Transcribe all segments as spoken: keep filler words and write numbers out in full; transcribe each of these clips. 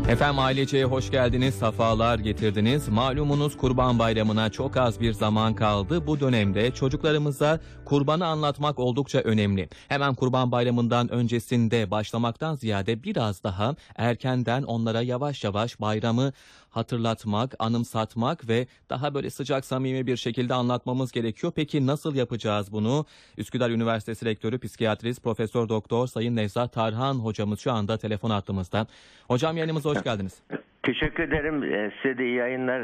Efendim Ailece'ye hoş geldiniz, safalar getirdiniz. Malumunuz Kurban Bayramı'na çok az bir zaman kaldı. Bu dönemde çocuklarımıza kurbanı anlatmak oldukça önemli. Hemen Kurban Bayramı'ndan öncesinde başlamaktan ziyade biraz daha erkenden onlara yavaş yavaş bayramı hatırlatmak, anımsatmak ve daha böyle sıcak samimi bir şekilde anlatmamız gerekiyor. Peki nasıl yapacağız bunu? Üsküdar Üniversitesi Rektörü Psikiyatrist Profesör Doktor Sayın Nevzat Tarhan hocamız şu anda telefon hattımızda. Hocam yayınımıza hoş geldiniz. Teşekkür ederim. Size de iyi yayınlar,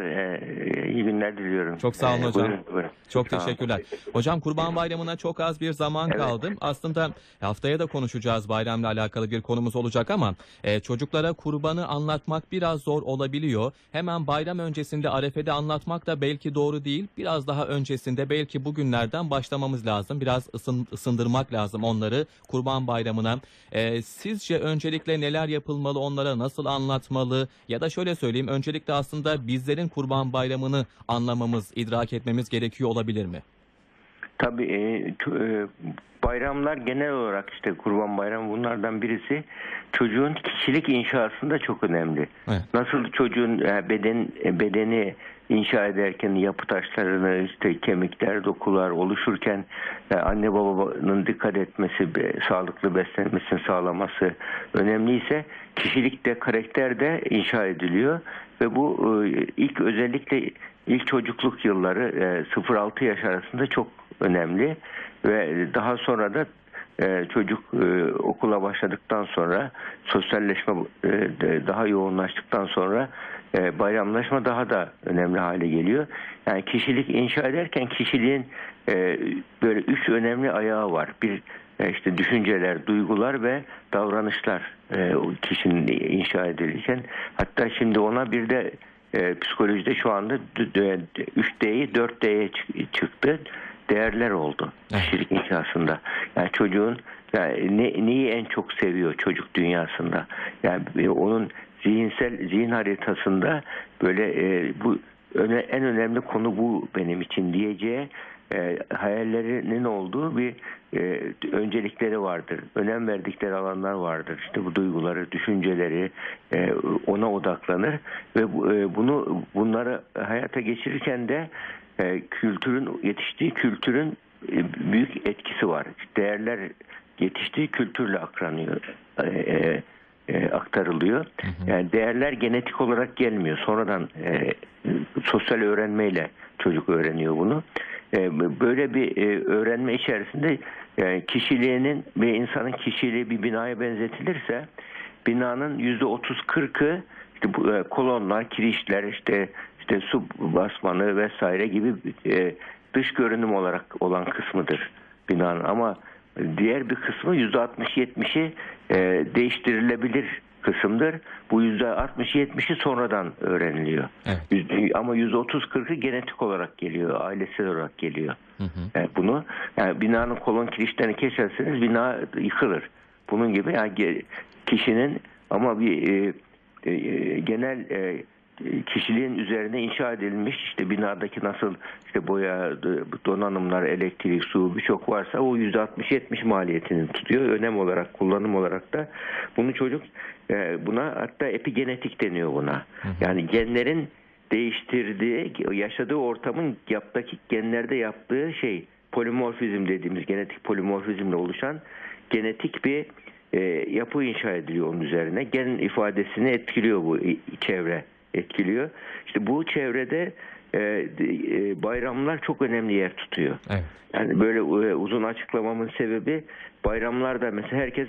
iyi günler diliyorum. Çok sağ olun hocam. Buyurun, buyurun. Çok teşekkürler. Hocam Kurban Bayramı'na çok az bir zaman Evet. kaldı. Aslında haftaya da konuşacağız, bayramla alakalı bir konumuz olacak ama e, çocuklara kurbanı anlatmak biraz zor olabiliyor. Hemen bayram öncesinde Arefe'de anlatmak da belki doğru değil. Biraz daha öncesinde belki bugünlerden başlamamız lazım. Biraz ısın, ısındırmak lazım onları Kurban Bayramı'na. E, sizce öncelikle neler yapılmalı, onlara nasıl anlatmalı? Ya da şöyle söyleyeyim, öncelikle aslında bizlerin Kurban Bayramı'nı anlamamız, idrak etmemiz gerekiyor olabilir mi? Tabii e, bayramlar genel olarak işte Kurban Bayramı bunlardan birisi. Çocuğun kişilik inşasında çok önemli. Evet. Nasıl çocuğun beden bedeni inşa ederken yapı taşlarını, işte kemikler, dokular oluşurken anne babanın dikkat etmesi, sağlıklı beslenmesini sağlaması önemliyse, kişilik de karakter de inşa ediliyor ve bu ilk özellikle ilk çocukluk yılları sıfır altı yaş arasında çok önemli ve daha sonra da e, çocuk e, okula başladıktan sonra sosyalleşme e, daha yoğunlaştıktan sonra e, bayramlaşma daha da önemli hale geliyor. Yani kişilik inşa ederken kişiliğin e, böyle üç önemli ayağı var. Bir e, işte düşünceler, duygular ve davranışlar e, kişinin inşa edilirken, hatta şimdi ona bir de e, psikolojide şu anda üç D'yi dört D'ye çıktı. Değerler oldu kişilik inşasında. Yani çocuğun yani ne, neyi en çok seviyor çocuk dünyasında. Yani onun zihinsel zihin haritasında böyle e, bu öne, en önemli konu bu benim için diyeceği e, hayallerinin olduğu bir e, öncelikleri vardır. Önem verdikleri alanlar vardır. İşte bu duyguları, düşünceleri e, ona odaklanır ve bu, e, bunu bunları hayata geçirirken de e, kültürün yetiştiği kültürün e, büyük etkisi var. Değerler yetiştiği kültürle akranıyor. E, e, E, aktarılıyor. Hı hı. Yani değerler genetik olarak gelmiyor. Sonradan e, sosyal öğrenmeyle çocuk öğreniyor bunu. E, böyle bir e, öğrenme içerisinde e, kişiliğinin ve insanın kişiliği bir binaya benzetilirse, binanın yüzde otuz kırkı işte bu, e, kolonlar, kirişler, işte işte su basmanı vesaire gibi e, dış görünüm olarak olan kısmıdır binanın, ama diğer bir kısmı yüzde altmış yetmişi e, değiştirilebilir kısımdır. Bu yüzde altmış yetmişi sonradan öğreniliyor. Evet. Ama yüzde otuz kırkı genetik olarak geliyor, ailesel olarak geliyor. Hı hı. Yani bunu yani binanın kolon kirişlerini keserseniz bina yıkılır. Bunun gibi yani kişinin ama bir e, e, genel e, kişiliğin üzerine inşa edilmiş, işte binadaki nasıl işte boya, donanımlar, elektrik, su birçok varsa o yüzde altmış yetmiş maliyetini tutuyor. Önem olarak, kullanım olarak da bunu çocuk buna hatta epigenetik deniyor buna. Yani genlerin değiştirdiği, yaşadığı ortamın yaptaki genlerde yaptığı şey, polimorfizm dediğimiz genetik polimorfizmle oluşan genetik bir e, yapı inşa ediliyor onun üzerine. Gen ifadesini etkiliyor bu çevre. etkiliyor. İşte bu çevrede e, e, bayramlar çok önemli yer tutuyor. Evet. Yani böyle e, uzun açıklamamın sebebi, bayramlarda mesela herkes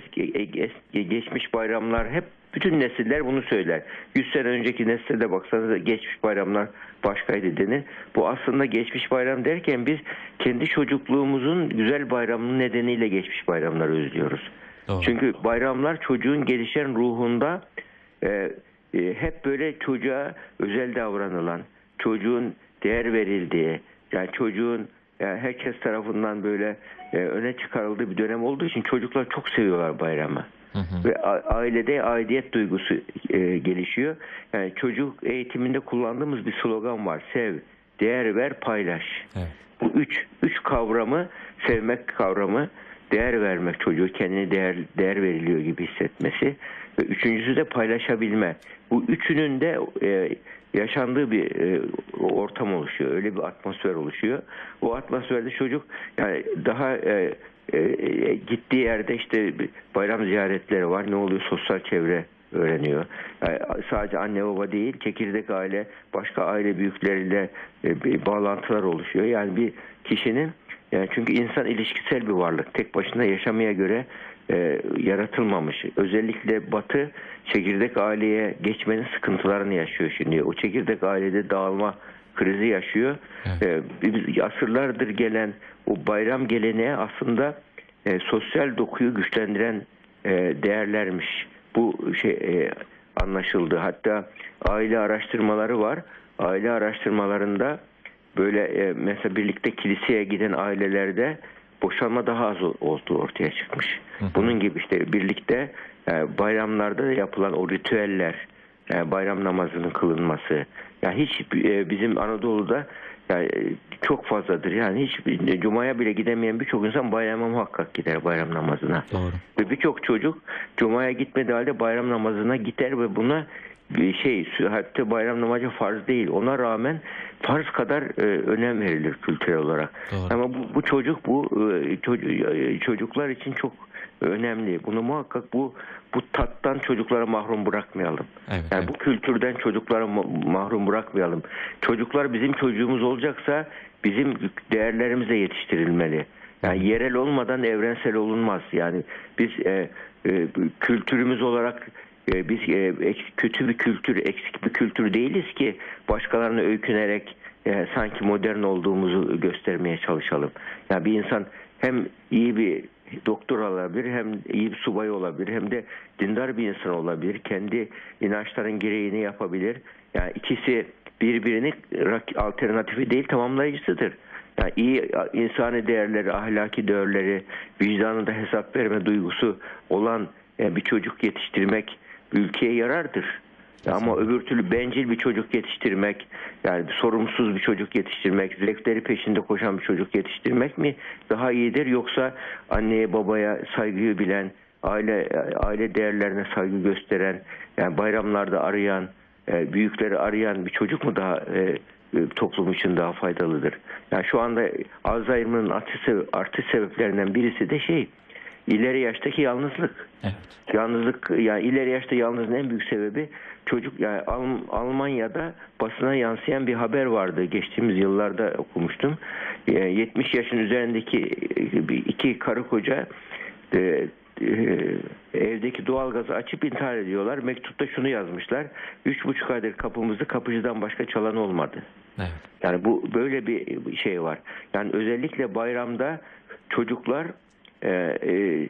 e, geçmiş bayramlar, hep bütün nesiller bunu söyler. yüz sene önceki nesile de baksanız geçmiş bayramlar başkaydı denir. Bu aslında geçmiş bayram derken biz kendi çocukluğumuzun güzel bayramının nedeniyle geçmiş bayramları özlüyoruz. Doğru. Çünkü bayramlar çocuğun gelişen ruhunda e, hep böyle çocuğa özel davranılan, çocuğun değer verildiği, yani çocuğun yani herkes tarafından böyle e, öne çıkarıldığı bir dönem olduğu için çocuklar çok seviyorlar bayramı. Hı hı. Ve ailede aidiyet duygusu e, gelişiyor. Yani çocuk eğitiminde kullandığımız bir slogan var: sev, değer ver, paylaş. Evet. Bu üç üç kavramı, sevmek kavramı, değer vermek, çocuğu kendine değer değer veriliyor gibi hissetmesi, ve üçüncüsü de paylaşabilme. Bu üçünün de e, yaşandığı bir e, ortam oluşuyor. Öyle bir atmosfer oluşuyor. O atmosferde çocuk yani daha e, e, gittiği yerde işte bayram ziyaretleri var. Ne oluyor? Sosyal çevre öğreniyor. Yani sadece anne baba değil, çekirdek aile, başka aile büyükleriyle e, bir bağlantılar oluşuyor. Yani bir kişinin yani çünkü insan ilişkisel bir varlık. Tek başına yaşamaya göre e, yaratılmamış. Özellikle Batı çekirdek aileye geçmenin sıkıntılarını yaşıyor şimdi. O çekirdek ailede dağılma krizi yaşıyor. Evet. E, asırlardır gelen o bayram geleneği aslında e, sosyal dokuyu güçlendiren e, değerlermiş. Bu şey e, anlaşıldı. Hatta aile araştırmaları var. Aile araştırmalarında böyle e, mesela birlikte kiliseye giden ailelerde boşanma daha az olduğu ortaya çıkmış. Hı hı. Bunun gibi işte birlikte e, bayramlarda yapılan o ritüeller, e, bayram namazının kılınması. Ya hiç e, bizim Anadolu'da yani çok fazladır. Yani hiç Cuma'ya bile gidemeyen birçok insan bayrama muhakkak gider bayram namazına. Doğru. Ve birçok çocuk Cuma'ya gitmediği halde bayram namazına gider ve buna bir şey hatta bayram namazı farz değil. Ona rağmen farz kadar e, önem verilir kültürel olarak. Doğru. Ama bu, bu çocuk bu e, çocuk, e, çocuklar için çok önemli. Bunu muhakkak bu bu tattan çocuklara mahrum bırakmayalım. Evet, yani evet. Bu kültürden çocuklara mahrum bırakmayalım. Çocuklar bizim çocuğumuz olacaksa bizim değerlerimize yetiştirilmeli. Yani yerel olmadan evrensel olunmaz. Yani biz e, e, kültürümüz olarak e, biz e, kötü bir kültür, eksik bir kültür değiliz ki başkalarına öykünerek e, sanki modern olduğumuzu göstermeye çalışalım. Yani bir insan hem iyi bir doktor olabilir, hem iyi bir subay olabilir, hem de dindar bir insan olabilir. Kendi inançların gereğini yapabilir. Yani ikisi birbirini alternatifi değil, tamamlayıcısıdır. Yani iyi insani değerleri, ahlaki değerleri, vicdanında hesap verme duygusu olan yani bir çocuk yetiştirmek ülkeye yarardır. Kesinlikle. Ama öbür türlü bencil bir çocuk yetiştirmek, yani sorumsuz bir çocuk yetiştirmek, zevkleri peşinde koşan bir çocuk yetiştirmek mi daha iyidir, yoksa anneye babaya saygıyı bilen, aile aile değerlerine saygı gösteren, yani bayramlarda arayan, büyükleri arayan bir çocuk mu daha e, toplum için daha faydalıdır? Yani şu anda Alzheimer'ın artı, artı sebeplerinden birisi de şey, ileri yaştaki yalnızlık. Evet. Yalnızlık, yani ileri yaşta yalnızlığın en büyük sebebi çocuk, yani Almanya'da basına yansıyan bir haber vardı. Geçtiğimiz yıllarda okumuştum. yetmiş yaşın üzerindeki iki karı koca e, e, evdeki doğalgazı açıp intihar ediyorlar. Mektupta şunu yazmışlar: üç buçuk aydır kapımızı kapıcıdan başka çalan olmadı. Evet. Yani bu böyle bir şey var. Yani özellikle bayramda çocuklar e, e,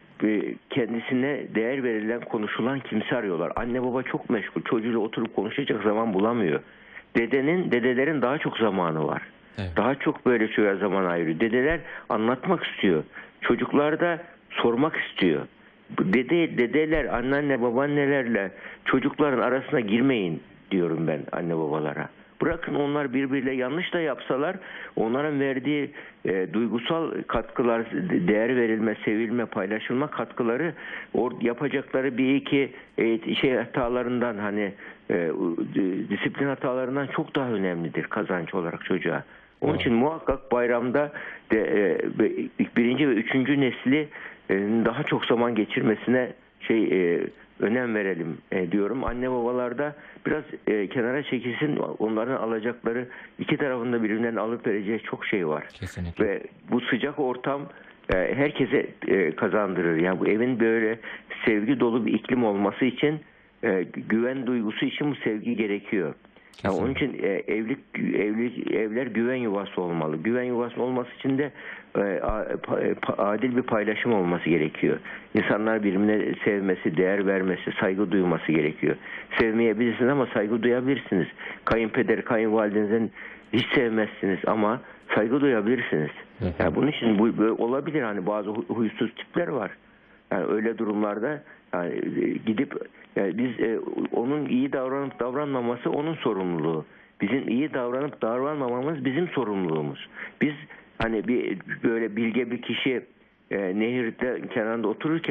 kendisine değer verilen, konuşulan kimse arıyorlar. Anne baba çok meşgul. Çocuğuyla oturup konuşacak zaman bulamıyor. Dedenin, dedelerin daha çok zamanı var. Evet. Daha çok böyle şöyle zaman ayırıyor. Dedeler anlatmak istiyor. Çocuklar da sormak istiyor. Dede, dedeler, anneanne, babaannelerle çocukların arasına girmeyin diyorum ben anne babalara. Bırakın onlar birbiriyle yanlış da yapsalar, onların verdiği e, duygusal katkılar, değer verilme, sevilme, paylaşılma katkıları, or, yapacakları bir iki e, şey hatalarından, hani e, disiplin hatalarından çok daha önemlidir kazanç olarak çocuğa. Onun için muhakkak bayramda de, e, birinci ve üçüncü nesli e, daha çok zaman geçirmesine şey e, önem verelim e, diyorum. Anne babalarda biraz e, kenara çekilsin, onların alacakları, iki tarafında birbirinden alıp vereceği çok şey var. Kesinlikle. Ve bu sıcak ortam e, herkese e, kazandırır. Yani bu evin böyle sevgi dolu bir iklim olması için, e, güven duygusu için bu sevgi gerekiyor. Yani onun için e, evlilik evlilik evler güven yuvası olmalı. Güven yuvası olması için de e, adil bir paylaşım olması gerekiyor. İnsanlar birbirine sevmesi, değer vermesi, saygı duyması gerekiyor. Sevmeyebilirsiniz ama saygı duyabilirsiniz. Kayınpeder, kayınvalidenizden hiç sevmezsiniz ama saygı duyabilirsiniz. Yani bunun için bu böyle olabilir. Hani bazı huysuz tipler var. Yani öyle durumlarda yani gidip, yani biz e, onun iyi davranıp davranmaması onun sorumluluğu. Bizim iyi davranıp davranmamamız bizim sorumluluğumuz. Biz hani bir böyle bilge bir kişi e, nehirde kenarında otururken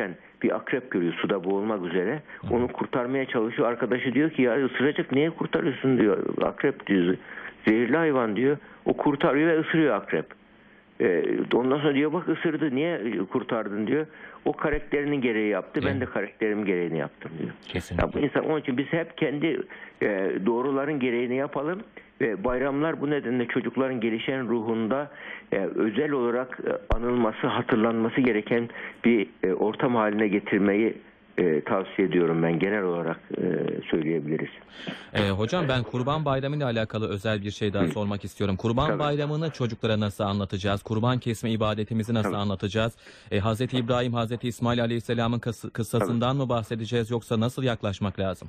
bir akrep görüyor suda boğulmak üzere. Onu kurtarmaya çalışıyor. Arkadaşı diyor ki ya ısıracak, niye kurtarıyorsun diyor. Akrep diyor, zehirli hayvan diyor. O kurtarıyor ve ısırıyor akrep. Ee, ondan sonra diyor bak ısırdı, niye kurtardın diyor. O karakterinin gereği yaptı. Evet. Ben de karakterimin gereğini yaptım diyor. Kesinlikle. Ya bu insan, onun için biz hep kendi e, doğruların gereğini yapalım ve bayramlar bu nedenle çocukların gelişen ruhunda e, özel olarak e, anılması, hatırlanması gereken bir e, ortam haline getirmeyi E, tavsiye ediyorum ben, genel olarak e, söyleyebiliriz. E, hocam ben Kurban Bayramı ile alakalı özel bir şey daha Hı. sormak istiyorum. Kurban Tabii. Bayramı'nı çocuklara nasıl anlatacağız? Kurban kesme ibadetimizi nasıl Tabii. anlatacağız? E, Hazreti İbrahim, Hazreti İsmail Aleyhisselam'ın kıssasından Tabii. mı bahsedeceğiz yoksa nasıl yaklaşmak lazım?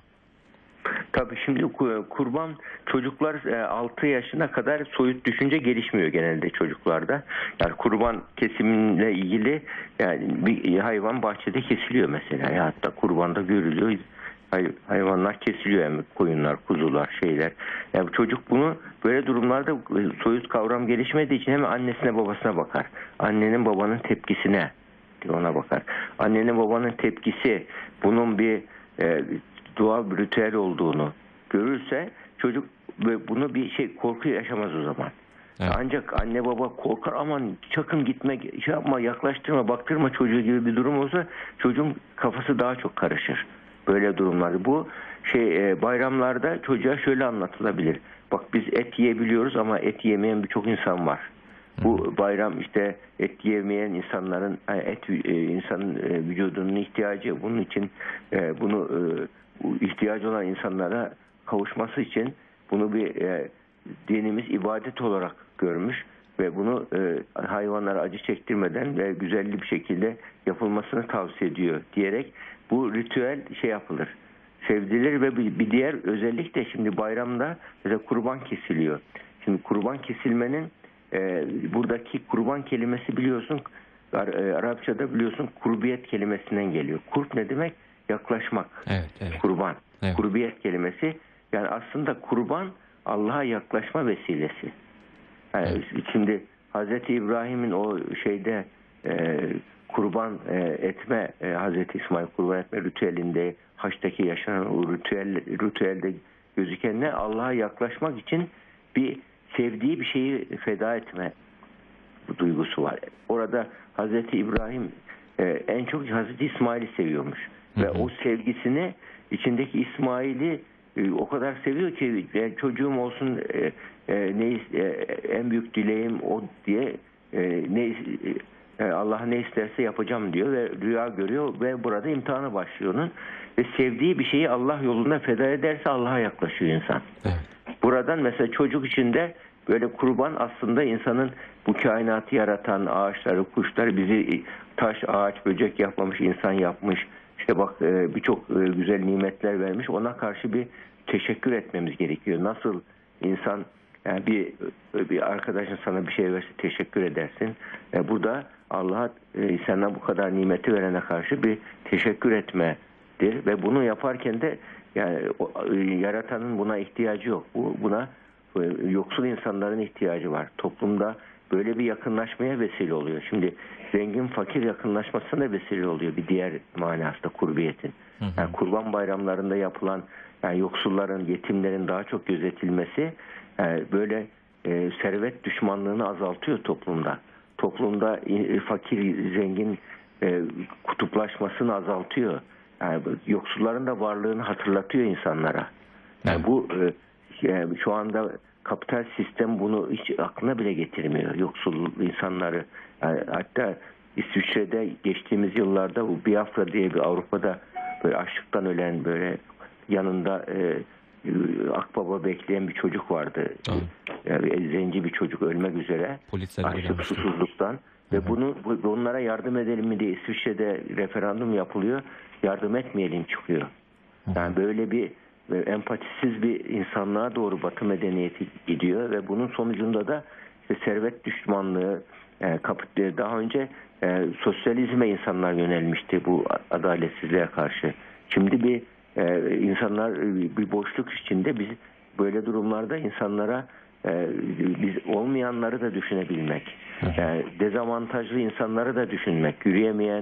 Tabii şimdi kurban, çocuklar altı yaşına kadar soyut düşünce gelişmiyor genelde çocuklarda. Yani kurban kesimine ilgili, yani bir hayvan bahçede kesiliyor mesela. Ya hatta kurbanda görülüyor. Hayvanlar kesiliyor, yani koyunlar, kuzular, şeyler. Yani çocuk bunu böyle durumlarda soyut kavram gelişmediği için hemen annesine babasına bakar. Annenin babanın tepkisine ona bakar. Annenin babanın tepkisi bunun bir e, doğal bir ritüel olduğunu görürse çocuk bunu bir şey korku yaşamaz o zaman. Evet. Ancak anne baba korkar, aman sakın gitme, şey yapma, yaklaştırma, baktırma çocuğu gibi bir durum olsa çocuğun kafası daha çok karışır. Böyle durumlarda bu şey bayramlarda çocuğa şöyle anlatılabilir. Bak biz et yiyebiliyoruz ama et yemeyen birçok insan var. Bu bayram işte et yemeyen insanların, et insanın vücudunun ihtiyacı, bunun için bunu ihtiyacı olan insanlara kavuşması için bunu bir e, dinimiz ibadet olarak görmüş ve bunu e, hayvanlara acı çektirmeden ve güzelli bir şekilde yapılmasını tavsiye ediyor diyerek bu ritüel şey yapılır, sevdirir ve bir, bir diğer özellik de şimdi bayramda mesela kurban kesiliyor. Şimdi kurban kesilmenin e, buradaki kurban kelimesi biliyorsun Ar e, Arapçada biliyorsun kurbiyet kelimesinden geliyor. Kurb ne demek? Yaklaşmak. Evet, evet. Kurban. Evet. Kurbiyet kelimesi, yani aslında kurban Allah'a yaklaşma vesilesi. Yani evet. Şimdi Hazreti İbrahim'in o şeyde e, kurban e, etme, e, Hazreti İsmail kurban etme ritüelinde, Haç'taki yaşanan o ritüel, ritüelde gözüken ne? Allah'a yaklaşmak için bir sevdiği bir şeyi feda etme duygusu var. Orada Hazreti İbrahim e, en çok Hazreti İsmail'i seviyormuş. Hı hı. Ve o sevgisini, içindeki İsmail'i e, o kadar seviyor ki e, çocuğum olsun, e, e, ne e, en büyük dileğim o diye e, ne e, Allah ne isterse yapacağım diyor ve rüya görüyor ve burada imtihanı başlıyor onun. Ve sevdiği bir şeyi Allah yolunda feda ederse Allah'a yaklaşıyor insan. Evet. Buradan mesela çocuk içinde böyle kurban aslında insanın bu kainatı yaratan, ağaçları, kuşları, bizi taş, ağaç, böcek yapmamış, insan yapmış. İşte bak birçok güzel nimetler vermiş. Ona karşı bir teşekkür etmemiz gerekiyor. Nasıl insan, yani bir bir arkadaşın sana bir şey verse teşekkür edersin. Burada Allah'a sana bu kadar nimeti verene karşı bir teşekkür etmedir ve bunu yaparken de yani yaratanın buna ihtiyacı yok. Bu buna yoksul insanların ihtiyacı var. Toplumda böyle bir yakınlaşmaya vesile oluyor. Şimdi zengin fakir yakınlaşmasına vesile oluyor bir diğer manasında kurbiyetin. Hı hı. Yani kurban bayramlarında yapılan, yani yoksulların, yetimlerin daha çok gözetilmesi yani böyle e, servet düşmanlığını azaltıyor toplumda. Toplumda e, fakir zengin e, kutuplaşmasını azaltıyor. Yani yoksulların da varlığını hatırlatıyor insanlara. Yani evet. bu e, yani şu anda kapital sistem bunu hiç aklına bile getirmiyor. Yoksul insanları. Yani hatta İsviçre'de geçtiğimiz yıllarda bu Biafra diye bir Avrupa'da böyle açlıktan ölen, böyle yanında e, akbaba bekleyen bir çocuk vardı. Yani zenci bir çocuk ölmek üzere. Açlık, susuzluktan. Ve hı hı. bunu bu, onlara yardım edelim mi diye İsviçre'de referandum yapılıyor. Yardım etmeyelim çıkıyor. Hı hı. Yani böyle bir empatisiz bir insanlığa doğru Batı medeniyeti gidiyor ve bunun sonucunda da işte servet düşmanlığı, yani daha önce e, sosyalizme insanlar yönelmişti bu adaletsizliğe karşı. Şimdi bir e, insanlar bir boşluk içinde, biz böyle durumlarda insanlara e, biz olmayanları da düşünebilmek, yani dezavantajlı insanları da düşünmek, yürüyemeyen,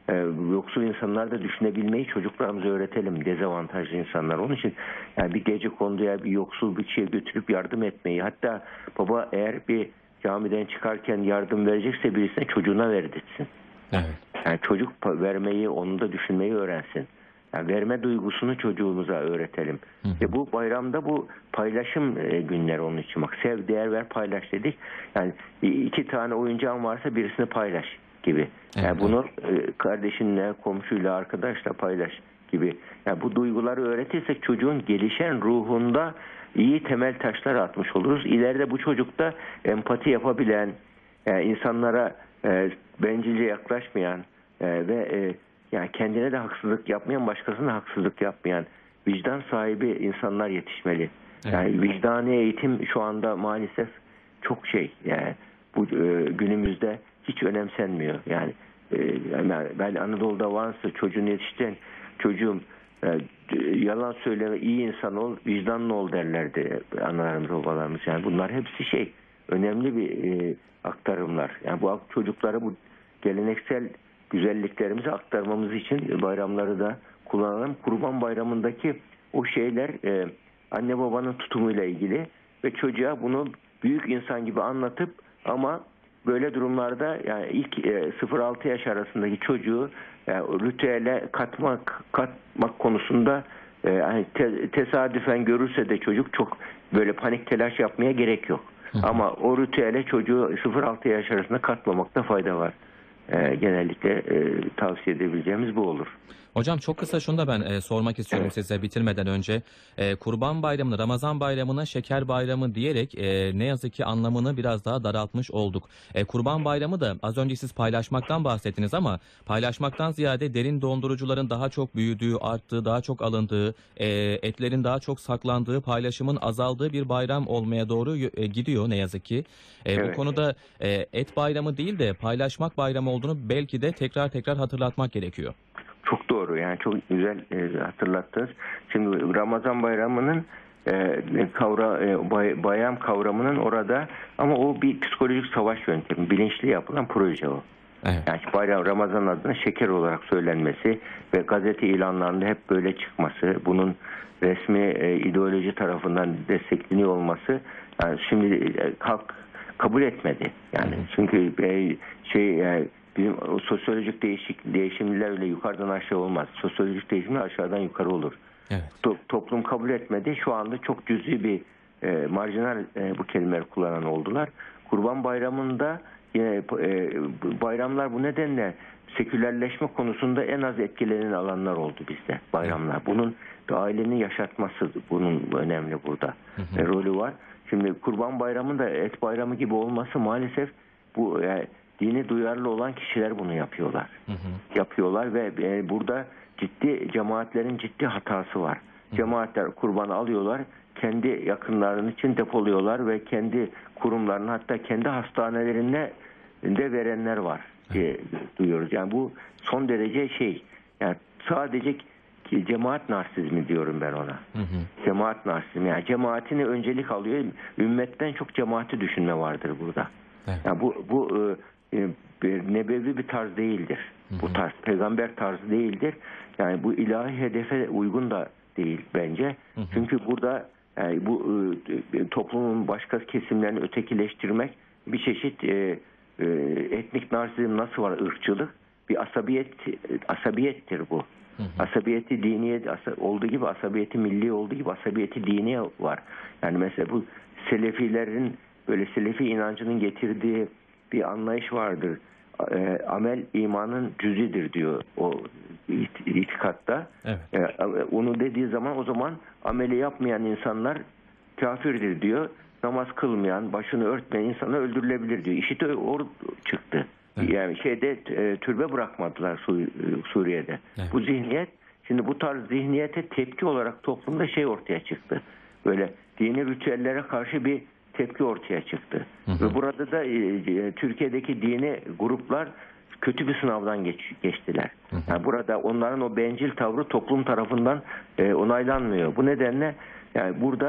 e, yoksul insanlar da düşünebilmeyi çocuklarımıza öğretelim, dezavantajlı insanlar. Onun için yani bir gece konduya bir yoksul bir kişiye götürüp yardım etmeyi, hatta baba eğer bir camiden çıkarken yardım verecekse birisine çocuğuna verdirsin. Evet. Yani çocuk vermeyi, onu da düşünmeyi öğrensin. Yani verme duygusunu çocuğumuza öğretelim. Hı hı. Ve bu bayramda bu paylaşım e, günleri onun için. Bak, sev, değer ver, paylaş dedik. Yani iki tane oyuncağın varsa birisini paylaş gibi. Yani evet, bunu e, kardeşinle, komşuyla, arkadaşla paylaş gibi. Yani bu duyguları öğretirsek çocuğun gelişen ruhunda iyi temel taşlar atmış oluruz. İleride bu çocukta empati yapabilen, yani insanlara e, bencilce yaklaşmayan e, ve e, yani kendine de haksızlık yapmayan, başkasına haksızlık yapmayan vicdan sahibi insanlar yetişmeli. Evet. Yani vicdani eğitim şu anda maalesef çok şey, yani bu e, günümüzde hiç önemsenmiyor. Yani, e, yani ben Anadolu'da varsa çocuğunu yetiştiren çocuğum e, yalan söyleme, iyi insan ol, vicdanlı ol derlerdi analarımız, babalarımız. Yani bunlar hepsi şey, önemli bir e, aktarımlar. Yani bu çocuklara bu geleneksel güzelliklerimizi aktarmamız için bayramları da kullanalım. Kurban Bayramı'ndaki o şeyler e, anne babanın tutumuyla ilgili ve çocuğa bunu büyük insan gibi anlatıp, ama böyle durumlarda yani ilk e, sıfır altı yaş arasındaki çocuğu yani ritüele katmak katmak konusunda e, yani te, tesadüfen görürse de çocuk çok böyle panik telaş yapmaya gerek yok. Hı hı. Ama o ritüele çocuğu sıfır altı yaş arasında katmamakta fayda var. E, genellikle e, tavsiye edebileceğimiz bu olur. Hocam çok kısa şunu da ben e, sormak istiyorum, evet, size bitirmeden önce. E, Kurban Bayramı'nı Ramazan Bayramı'na Şeker Bayramı diyerek e, ne yazık ki anlamını biraz daha daraltmış olduk. E, Kurban Bayramı da az önce siz paylaşmaktan bahsettiniz ama paylaşmaktan ziyade derin dondurucuların daha çok büyüdüğü, arttığı, daha çok alındığı, e, etlerin daha çok saklandığı, paylaşımın azaldığı bir bayram olmaya doğru e, gidiyor ne yazık ki. E, evet. Bu konuda e, et bayramı değil de paylaşmak bayramı olduğunu belki de tekrar tekrar hatırlatmak gerekiyor. Çok doğru, yani çok güzel e, hatırlattınız. Şimdi Ramazan Bayramı'nın e, kavra, e, bay, bayram kavramının orada, ama o bir psikolojik savaş yöntemi, bilinçli yapılan proje o. Evet. Yani bayram, Ramazan adına şeker olarak söylenmesi ve gazete ilanlarında hep böyle çıkması, bunun resmi e, ideoloji tarafından destekleniyor olması, yani şimdi e, halk kabul etmedi. Yani hı hı. Çünkü e, şey e, bizim sosyolojik değişik değişimler öyle yukarıdan aşağı olmaz. Sosyolojik değişimler aşağıdan yukarı olur. Evet. To- toplum kabul etmedi. Şu anda çok cüzi bir e, marjinal e, bu kelimeleri kullanan oldular. Kurban Bayramı'nda yine e, bayramlar bu nedenle sekülerleşme konusunda en az etkilenen alanlar oldu bizde bayramlar. Bunun ailenin yaşatması bunun önemli burada. Hı hı. E, rolü var. Şimdi Kurban Bayramı'nda et bayramı gibi olması maalesef bu yani dini duyarlı olan kişiler bunu yapıyorlar. Hı hı. Yapıyorlar ve e, burada ciddi cemaatlerin ciddi hatası var. Hı hı. Cemaatler kurbanı alıyorlar, kendi yakınlarının için depoluyorlar ve kendi kurumlarına, hatta kendi hastanelerine de verenler var diye duyuyoruz. Yani bu son derece şey, yani sadece ki cemaat narsizmi diyorum ben ona. Hı hı. Cemaat narsizmi. Yani cemaatini öncelik alıyor. Ümmetten çok cemaati düşünme vardır burada. Evet. Yani bu bu e, bir nebevi bir tarz değildir. Hı hı. Bu tarz peygamber tarzı değildir. Yani bu ilahi hedefe uygun da değil bence. Hı hı. Çünkü burada yani bu e, toplumun başka kesimlerini ötekileştirmek bir çeşit e, e, etnik narsizm nasıl var, ırkçılık, bir asabiyet asabiyettir bu. Hı hı. Asabiyeti diniye olduğu gibi, asabiyeti milli olduğu gibi asabiyeti diniye var. Yani mesela bu Selefilerin, böyle Selefi inancının getirdiği bir anlayış vardır. E, amel imanın cüzidir diyor o it- itikatta. Evet. E, onu dediği zaman o zaman ameli yapmayan insanlar kafirdir diyor. Namaz kılmayan, başını örtmeyen insanlar öldürülebilir diyor. İşte or çıktı. Evet. Yani şeyde e, türbe bırakmadılar Sur Suriye'de. Evet. Bu zihniyet, şimdi bu tarz zihniyete tepki olarak toplumda şey ortaya çıktı. Böyle dini ritüellere karşı bir tepki ortaya çıktı. Hı hı. Ve burada da e, Türkiye'deki dini gruplar kötü bir sınavdan geç, geçtiler. Hı hı. Yani burada onların o bencil tavrı toplum tarafından e, onaylanmıyor. Bu nedenle yani burada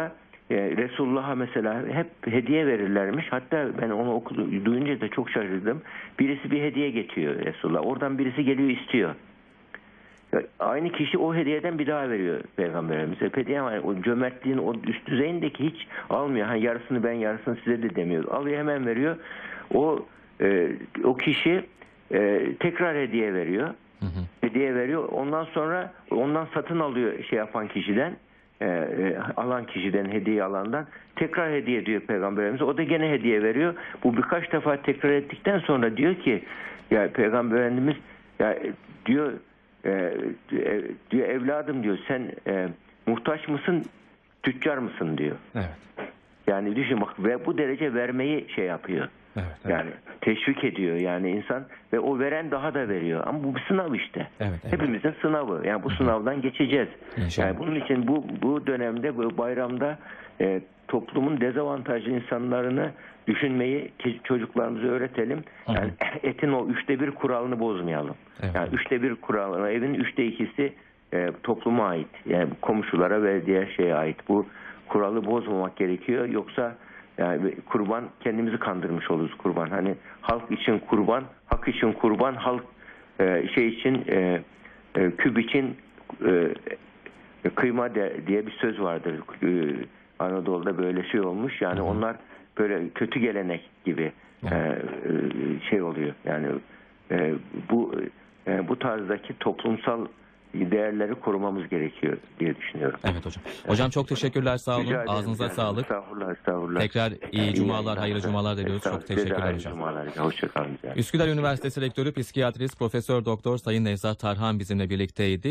e, Resulullah'a mesela hep hediye verirlermiş. Hatta ben onu okudum, duyunca da çok şaşırdım. Birisi bir hediye getiriyor Resulullah. Oradan birisi geliyor istiyor. Aynı kişi o hediyeden bir daha veriyor Peygamberimize. Peygamber o cömertliğin o üst düzeyindeki hiç almıyor. Ha, yarısını ben yarısını size de demiyor. Alıyor hemen veriyor. O e, o kişi e, tekrar hediye veriyor. Hı hı. Hediye veriyor. Ondan sonra ondan satın alıyor şey yapan kişiden. E, e, alan kişiden, hediye alandan tekrar hediye ediyor Peygamberimize. O da gene hediye veriyor. Bu birkaç defa tekrar ettikten sonra diyor ki ya Peygamberimiz ya diyor e, diyor evladım diyor sen e, muhtaç mısın, tüccar mısın diyor. Evet. Yani düşün bak ve bu derece vermeyi şey yapıyor. Evet, evet. Yani teşvik ediyor yani insan ve o veren daha da veriyor. Ama bu bir sınav işte. Evet, evet. Hepimizin sınavı. Yani bu sınavdan geçeceğiz. İnşallah. Yani bunun için bu bu dönemde bu bayramda e, toplumun dezavantajlı insanlarını düşünmeyi çocuklarımıza öğretelim. Yani hı hı. Etin o üçte bir kuralını bozmayalım. Evet. Yani üçte bir kuralını, evin üçte ikisi e, topluma ait. Yani komşulara ve diğer şeye ait. Bu kuralı bozmamak gerekiyor. Yoksa yani kurban kendimizi kandırmış oluruz kurban. Hani halk için kurban, hak için kurban, halk e, şey için e, e, küp için e, kıyma de, diye bir söz vardır. E, Anadolu'da böyle şey olmuş. Yani hı hı. Onlar böyle kötü gelenek gibi e, e, şey oluyor. Yani e, bu e, bu tarzdaki toplumsal değerleri korumamız gerekiyor diye düşünüyorum. Evet hocam. Hocam çok teşekkürler, sağ olun. Ederim, Ağzınıza yani. Sağlık. Estağfurullah, estağfurullah. Tekrar iyi cumalar, iyi hayırlı cumalar diliyoruz. Çok teşekkürler hocam. Cumalar, hoşçakalın. Üsküdar Üniversitesi Rektörü Psikiyatrist Profesör Doktor Sayın Nevzat Tarhan bizimle birlikteydi.